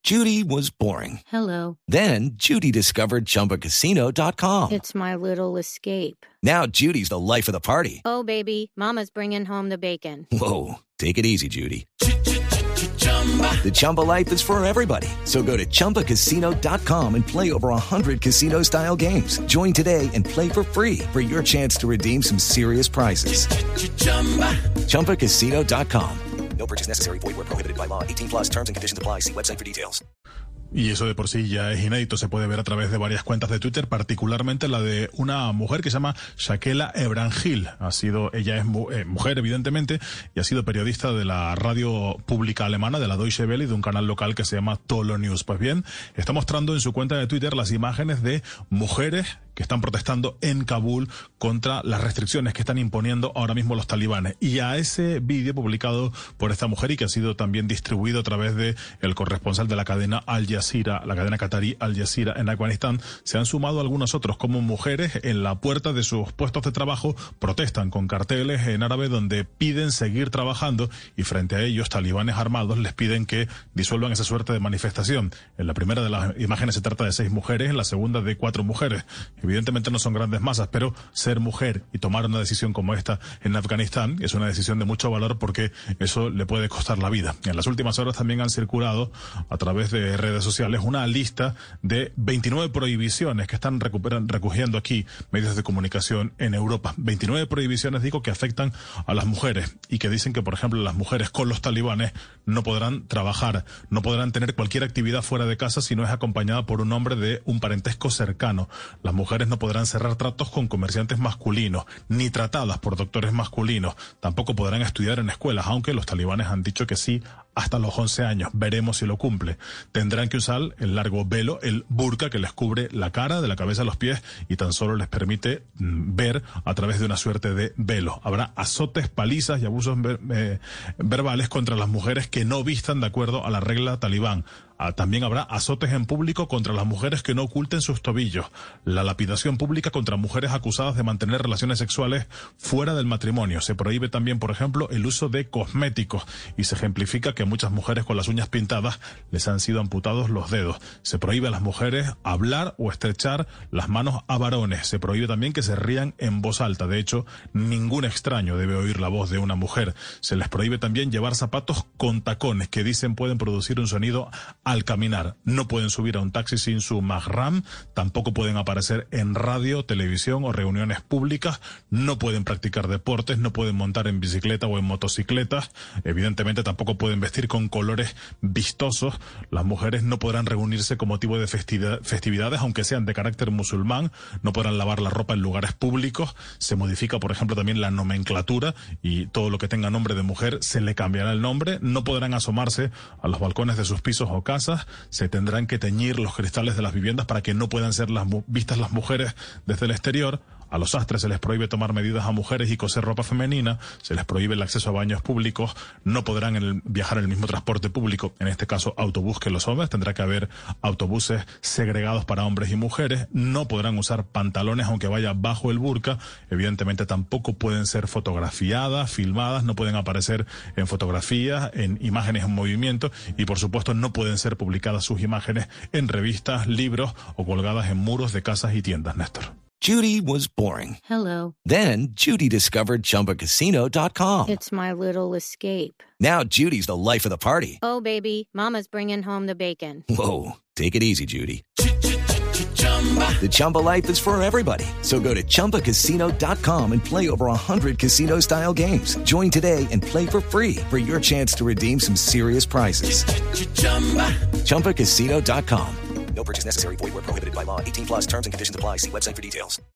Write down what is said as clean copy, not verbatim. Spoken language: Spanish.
Judy was boring. Hello. Then Judy discovered ChumbaCasino.com. It's my little escape. Now Judy's the life of the party. Oh, baby, mama's bringing home the bacon. Whoa, take it easy, Judy. The Chumba life is for everybody. So go to ChumbaCasino.com and play over 100 casino-style games. Join today and play for free for your chance to redeem some serious prizes. ChumbaCasino.com. No purchase necessary. Void where prohibited by law. 18 plus terms and conditions apply. See website for details. Y eso de por sí ya es inédito, se puede ver a través de varias cuentas de Twitter, particularmente la de una mujer que se llama Shakela Ebrangil. Ella es mujer, evidentemente, y ha sido periodista de la radio pública alemana, de la Deutsche Welle, y de un canal local que se llama Tolo News. Pues bien, está mostrando en su cuenta de Twitter las imágenes de mujeres que están protestando en Kabul contra las restricciones que están imponiendo ahora mismo los talibanes. Y a ese vídeo publicado por esta mujer y que ha sido también distribuido a través de el corresponsal de la cadena Al Jazeera, la cadena catarí Al Jazeera en Afganistán, se han sumado algunos otros, como mujeres en la puerta de sus puestos de trabajo protestan con carteles en árabe donde piden seguir trabajando, y frente a ellos talibanes armados les piden que disuelvan esa suerte de manifestación. En la primera de las imágenes se trata de 6 mujeres, en la segunda de 4 mujeres. Evidentemente no son grandes masas, pero ser mujer y tomar una decisión como esta en Afganistán es una decisión de mucho valor, porque eso le puede costar la vida. En las últimas horas también han circulado a través de redes sociales una lista de 29 prohibiciones que están recogiendo aquí medios de comunicación en Europa. 29 prohibiciones, digo, que afectan a las mujeres y que dicen que, por ejemplo, las mujeres con los talibanes no podrán trabajar, no podrán tener cualquier actividad fuera de casa si no es acompañada por un hombre de un parentesco cercano. Las mujeres no podrán cerrar tratos con comerciantes masculinos, ni tratadas por doctores masculinos. Tampoco podrán estudiar en escuelas, aunque los talibanes han dicho que sí hasta los 11 años. Veremos si lo cumple. Tendrán que usar el largo velo, el burka, que les cubre la cara, de la cabeza a los pies, y tan solo les permite ver a través de una suerte de velo. Habrá azotes, palizas y abusos verbales contra las mujeres que no vistan de acuerdo a la regla talibán. También habrá azotes en público contra las mujeres que no oculten sus tobillos. La lapidación pública contra mujeres acusadas de mantener relaciones sexuales fuera del matrimonio. Se prohíbe también, por ejemplo, el uso de cosméticos, y se ejemplifica que a muchas mujeres con las uñas pintadas les han sido amputados los dedos. Se prohíbe a las mujeres hablar o estrechar las manos a varones. Se prohíbe también que se rían en voz alta. De hecho, ningún extraño debe oír la voz de una mujer. Se les prohíbe también llevar zapatos con tacones, que dicen pueden producir un sonido al caminar. No pueden subir a un taxi sin su mahram, tampoco pueden aparecer en radio, televisión o reuniones públicas, no pueden practicar deportes, no pueden montar en bicicleta o en motocicletas, evidentemente tampoco pueden vestir con colores vistosos. Las mujeres no podrán reunirse con motivo de festividades, aunque sean de carácter musulmán, no podrán lavar la ropa en lugares públicos. Se modifica, por ejemplo, también la nomenclatura, y todo lo que tenga nombre de mujer se le cambiará el nombre. No podrán asomarse a los balcones de sus pisos o casas. Se tendrán que teñir los cristales de las viviendas para que no puedan ser vistas las mujeres desde el exterior. A los sastres se les prohíbe tomar medidas a mujeres y coser ropa femenina. Se les prohíbe el acceso a baños públicos. No podrán viajar en el mismo transporte público, en este caso autobús, que los hombres. Tendrá que haber autobuses segregados para hombres y mujeres. No podrán usar pantalones aunque vaya bajo el burka. Evidentemente tampoco pueden ser fotografiadas, filmadas. No pueden aparecer en fotografías, en imágenes en movimiento, y por supuesto no pueden ser publicadas sus imágenes en revistas, libros o colgadas en muros de casas y tiendas, Néstor. Judy was boring. Hello. Then Judy discovered ChumbaCasino.com. It's my little escape. Now Judy's the life of the party. Oh, baby, mama's bringing home the bacon. Whoa, take it easy, Judy. The Chumba life is for everybody. So go to ChumbaCasino.com and play over 100 casino-style games. Join today and play for free for your chance to redeem some serious prizes. ChumbaCasino.com. No purchase necessary. Void where prohibited by law. 18 plus terms and conditions apply. See website for details.